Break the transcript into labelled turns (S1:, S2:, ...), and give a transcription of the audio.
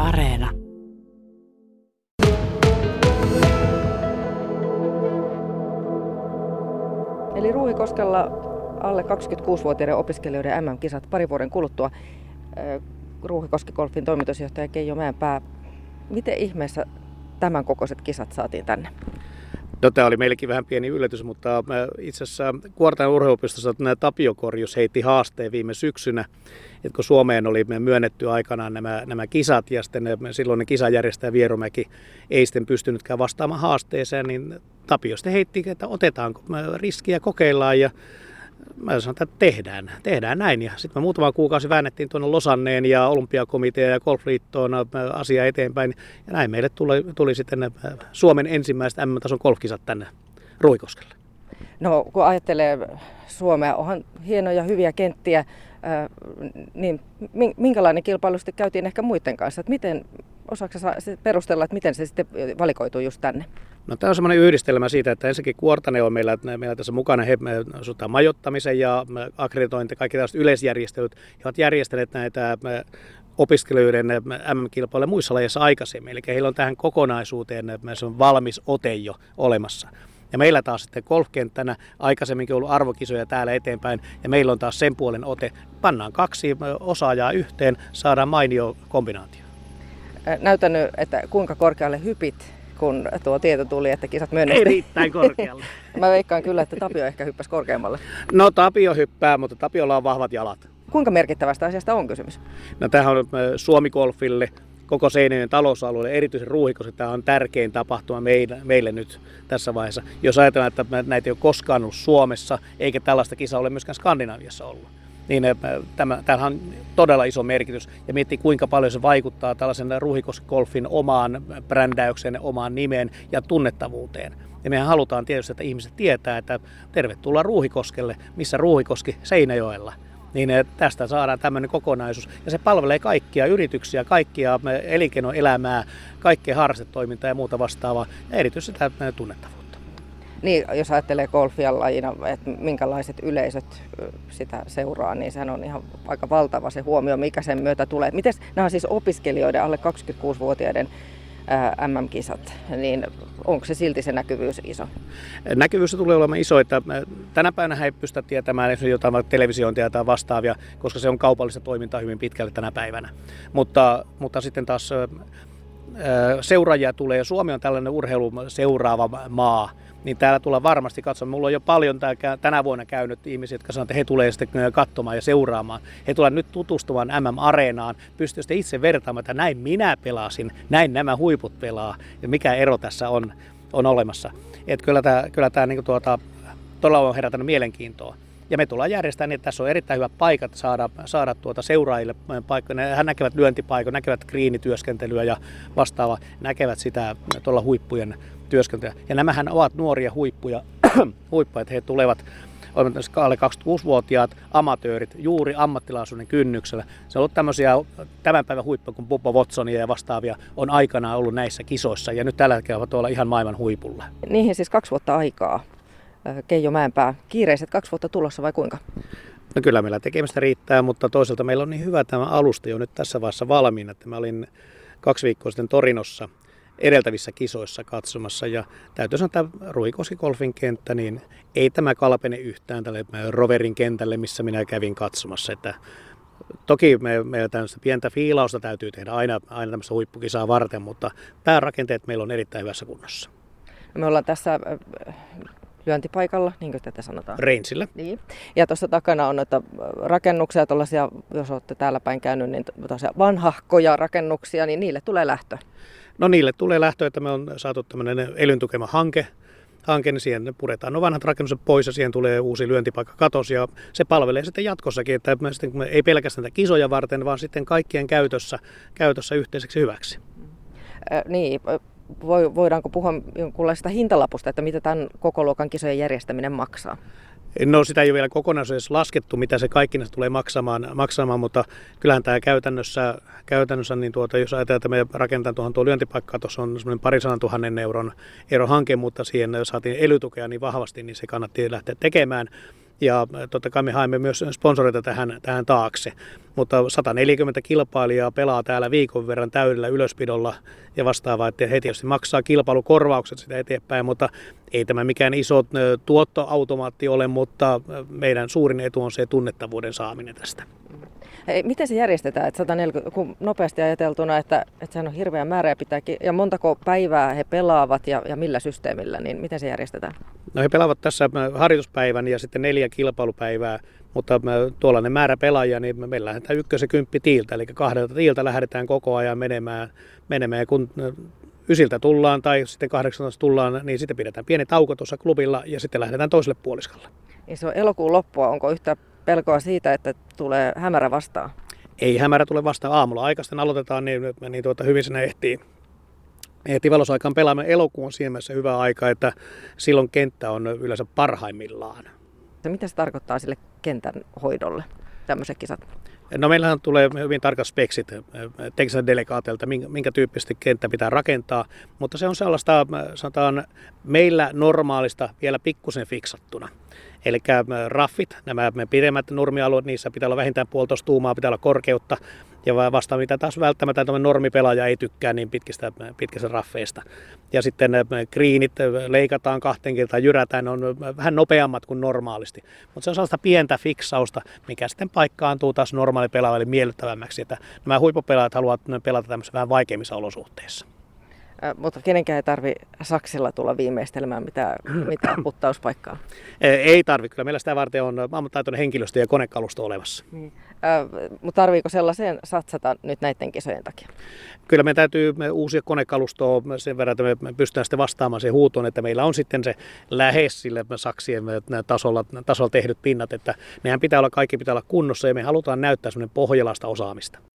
S1: Areena.
S2: Eli Ruuhikoskella alle 26-vuotiaiden opiskelijoiden MM-kisat pari vuoden kuluttua. Ruuhikoski Golfin toimitusjohtaja Keijo Mäenpää. Miten ihmeessä tämän kokoiset kisat saatiin tänne?
S3: No, tämä oli meillekin vähän pieni yllätys, mutta itse asiassa Kuortan urheiluopistossa Tapio Korjus heitti haasteen viime syksynä, että kun Suomeen oli myönnetty aikanaan nämä kisat ja sitten silloinen kisajärjestäjä Vierumäki ei sitten pystynytkään vastaamaan haasteeseen, niin Tapio sitten heitti, että otetaanko riskiä, kokeillaan ja mä sanoin, että tehdään näin. Ja sitten me muutama kuukausi väännettiin tuonne Losanneen ja Olympiakomitea ja Golfliittoon asia eteenpäin. Ja näin meille tuli sitten Suomen ensimmäiset M-tason golfkisat tänne Ruuhikoskelle.
S2: No, kun ajattelee Suomea, onhan hienoja hyviä kenttiä, niin minkälainen kilpailu sitten käytiin ehkä muiden kanssa? Että miten, osaatko perustella, että miten se sitten valikoituu just tänne?
S3: No, tämä on semmoinen yhdistelmä siitä, että ensinnäkin Kuortane on meillä tässä mukana. He majoittamisen ja akkreditointi, kaikki tällaiset yleisjärjestelyt. He ovat järjestäneet näitä opiskelijoiden MM-kilpailuja muissa lajeissa aikaisemmin. Eli heillä on tähän kokonaisuuteen se on valmis ote jo olemassa. Ja meillä taas sitten golfkenttänä aikaisemminkin ollut arvokisoja täällä eteenpäin, ja meillä on taas sen puolen ote. Pannaan kaksi osaajaa yhteen, saadaan mainio kombinaatio.
S2: Näytänyt, että kuinka korkealle hypit, kun tuo tieto tuli, että kisat myönnettiin.
S3: Erittäin korkealle.
S2: Mä veikkaan kyllä, että Tapio ehkä hyppäsi korkeammalle.
S3: No, Tapio hyppää, mutta Tapiolla on vahvat jalat.
S2: Kuinka merkittävästä asiasta on kysymys?
S3: No, tämähän on Suomi-golfille, koko Seinäjoen talousalueelle, erityisen Ruuhikoskelle, tämä on tärkein tapahtuma meille nyt tässä vaiheessa. Jos ajatellaan, että näitä ei ole koskaan ollut Suomessa, eikä tällaista kisaa ole myöskään Skandinaviassa ollut, niin tämähän on todella iso merkitys. Ja miettii, kuinka paljon se vaikuttaa tällaisen Ruuhikoski-golfin omaan brändäykseen, omaan nimeen ja tunnettavuuteen. Ja mehän halutaan tietysti, että ihmiset tietää, että tervetuloa Ruuhikoskelle, missä Ruuhikoski Seinäjoella. Niin tästä saadaan tämmöinen kokonaisuus. Ja se palvelee kaikkia yrityksiä, kaikkia elinkeinoelämää, kaikkea harrastetoimintaa ja muuta vastaavaa, ja erityisesti tätä tunnettavuutta.
S2: Niin, jos ajattelee golfia lajina, että minkälaiset yleisöt sitä seuraa, niin sehän on ihan aika valtava se huomio, mikä sen myötä tulee. Mites, nämä on siis opiskelijoiden alle 26-vuotiaiden MM-kisat, niin onko se silti se näkyvyys iso?
S3: Näkyvyys tulee olemaan iso, että tänä päivänä ei pystytä tietämään jotain televisiointia tai vastaavia, koska se on kaupallista toimintaa hyvin pitkälle tänä päivänä. Mutta sitten taas seuraajia tulee, ja Suomi on tällainen urheilun seuraava maa, niin täällä tullaan varmasti katsomaan. Mulla on jo paljon tänä vuonna käynyt ihmisiä, jotka sanoo, että he tulee sitten katsomaan ja seuraamaan. He tulevat nyt tutustumaan MM-areenaan, pystyy sitten itse vertaamaan, että näin minä pelasin, näin nämä huiput pelaa, ja mikä ero tässä on olemassa. Että kyllä tämä niin todella on herätänyt mielenkiintoa. Ja me tullaan järjestämään niin, että tässä on erittäin hyvät paikat saada seuraajille paikkoja. He näkevät lyöntipaikoja, näkevät griinityöskentelyä ja vastaavaa, näkevät sitä tuolla huippujen työskentelyä. Ja nämähän ovat nuoria huippuja, että he tulevat alle 26-vuotiaat amatöörit juuri ammattilaisuuden kynnyksellä. Se on ollut tämmöisiä tämän päivän huippuja, kun Bubba Watsonia ja vastaavia on aikanaan ollut näissä kisoissa. Ja nyt tällä hetkellä ovat tuolla ihan maailman huipulla.
S2: Niihin siis 2 vuotta aikaa. Keijo Mäenpää, kiireiset 2 vuotta tulossa vai kuinka?
S3: No, kyllä meillä tekemistä riittää, mutta toisaalta meillä on niin hyvä tämä alusta jo nyt tässä vaiheessa valmiina, että mä olin 2 viikkoa sitten Torinossa edeltävissä kisoissa katsomassa, ja täytyy sanoa, että Ruuhikoski golfin kenttä, niin ei tämä kalpene yhtään tälle Roverin kentälle, missä minä kävin katsomassa. Että toki meillä tämmöistä pientä fiilausta täytyy tehdä aina tämmöistä huippukisaa varten, mutta päärakenteet meillä on erittäin hyvässä kunnossa.
S2: No, me ollaan tässä lyöntipaikalla, niin kuin tätä sanotaan.
S3: Rangeillä.
S2: Niin. Ja tuossa takana on noita rakennuksia, tuollaisia, jos olette täällä päin käynyt, niin vanhahkoja rakennuksia, niin niille tulee lähtö.
S3: No, niille tulee lähtö, että me on saatu tämmöinen elyntukema hanke, niin siihen puretaan vanhat rakennukset pois ja siihen tulee uusi lyöntipaikka katos, ja se palvelee sitten jatkossakin, että sitten ei pelkästään näitä kisoja varten, vaan sitten kaikkien käytössä yhteiseksi hyväksi.
S2: Niin. Voidaanko puhua jonkunlaista hintalapusta, että mitä tämän kokoluokan kisojen järjestäminen maksaa?
S3: No, sitä ei ole vielä kokonaisuudessa laskettu, mitä se kaikkinensa tulee maksamaan, mutta kyllähän tämä käytännössä niin jos ajatellaan, että me rakennetaan tuo lyöntipaikka, tuossa on semmoinen 200 000 euron hanke, mutta siihen saatiin elytukea niin vahvasti, niin se kannatti lähteä tekemään. ja totta kai me haemme myös sponsoreita tähän taakse. Mutta 140 kilpailijaa pelaa täällä viikon verran täydellä ylöspidolla ja vastaavaa, että he tietysti maksaa kilpailukorvaukset sitä eteenpäin, mutta ei tämä mikään iso tuottoautomaatti ole, mutta meidän suurin etu on se tunnettavuuden saaminen tästä.
S2: Miten se järjestetään, että 140, kun nopeasti ajateltuna, että sehän on hirveä määrä ja montako päivää he pelaavat ja millä systeemillä, niin miten se järjestetään?
S3: No he pelaavat tässä harjoituspäivän ja sitten 4 kilpailupäivää, mutta tuollainen määrä pelaajia, niin meillä lähdetään 1 ja 10 tiiltä, eli 2 tiiltä lähdetään koko ajan menemään kun 9 tullaan tai sitten 18 tullaan, niin sitten pidetään pieni tauko tuossa klubilla ja sitten lähdetään toiselle puoliskalle.
S2: Niin se on elokuun loppua, onko yhtä pelkoa siitä, että tulee hämärä vastaan?
S3: Ei hämärä tule vastaan. Aamulla aikaisten aloitetaan, niin hyvin sinne ehtii valosaikaan pelaamaan. Elokuun on siinä mielessä hyvä aika, että silloin kenttä on yleensä parhaimmillaan.
S2: Mitä se tarkoittaa sille kentän hoidolle, tämmöiset kisat?
S3: No meillähän tulee hyvin tarkat speksit teknisellä delegaatilta, minkä tyyppisesti kenttä pitää rakentaa, mutta se on sellaista, sanotaan, meillä normaalista vielä pikkusen fiksattuna. Eli raffit, nämä pidemmät nurmialueet, niissä pitää olla vähintään 1,5 tuumaa, pitää olla korkeutta. Ja vasta mitä taas välttämättä normipelaaja ei tykkää niin pitkistä raffeista. Ja sitten greenit leikataan 2 kertaa, jyrätään, ne on vähän nopeammat kuin normaalisti. Mutta se on sellaista pientä fiksausta, mikä sitten paikkaantuu taas normaalipelaajalle miellyttävämmäksi. Että nämä huippupelaajat haluavat pelata tämmöisissä vähän vaikeimmissa olosuhteissa.
S2: Mutta kenenkään ei tarvitse saksilla tulla viimeistelemään mitään puttauspaikkaa?
S3: Ei tarvitse. Kyllä meillä sitä varten on ammattitaitoinen henkilöstö ja konekalusto olemassa.
S2: Mutta tarviiko sellaiseen satsata nyt näiden kisojen takia?
S3: Kyllä meidän täytyy uusia konekalustoa sen verran, että me pystytään sitten vastaamaan siihen huutoon, että meillä on sitten se lähes sille saksien tasolla tehdyt pinnat, että nehän kaikki pitää olla kunnossa ja me halutaan näyttää semmoinen pohjalaista osaamista.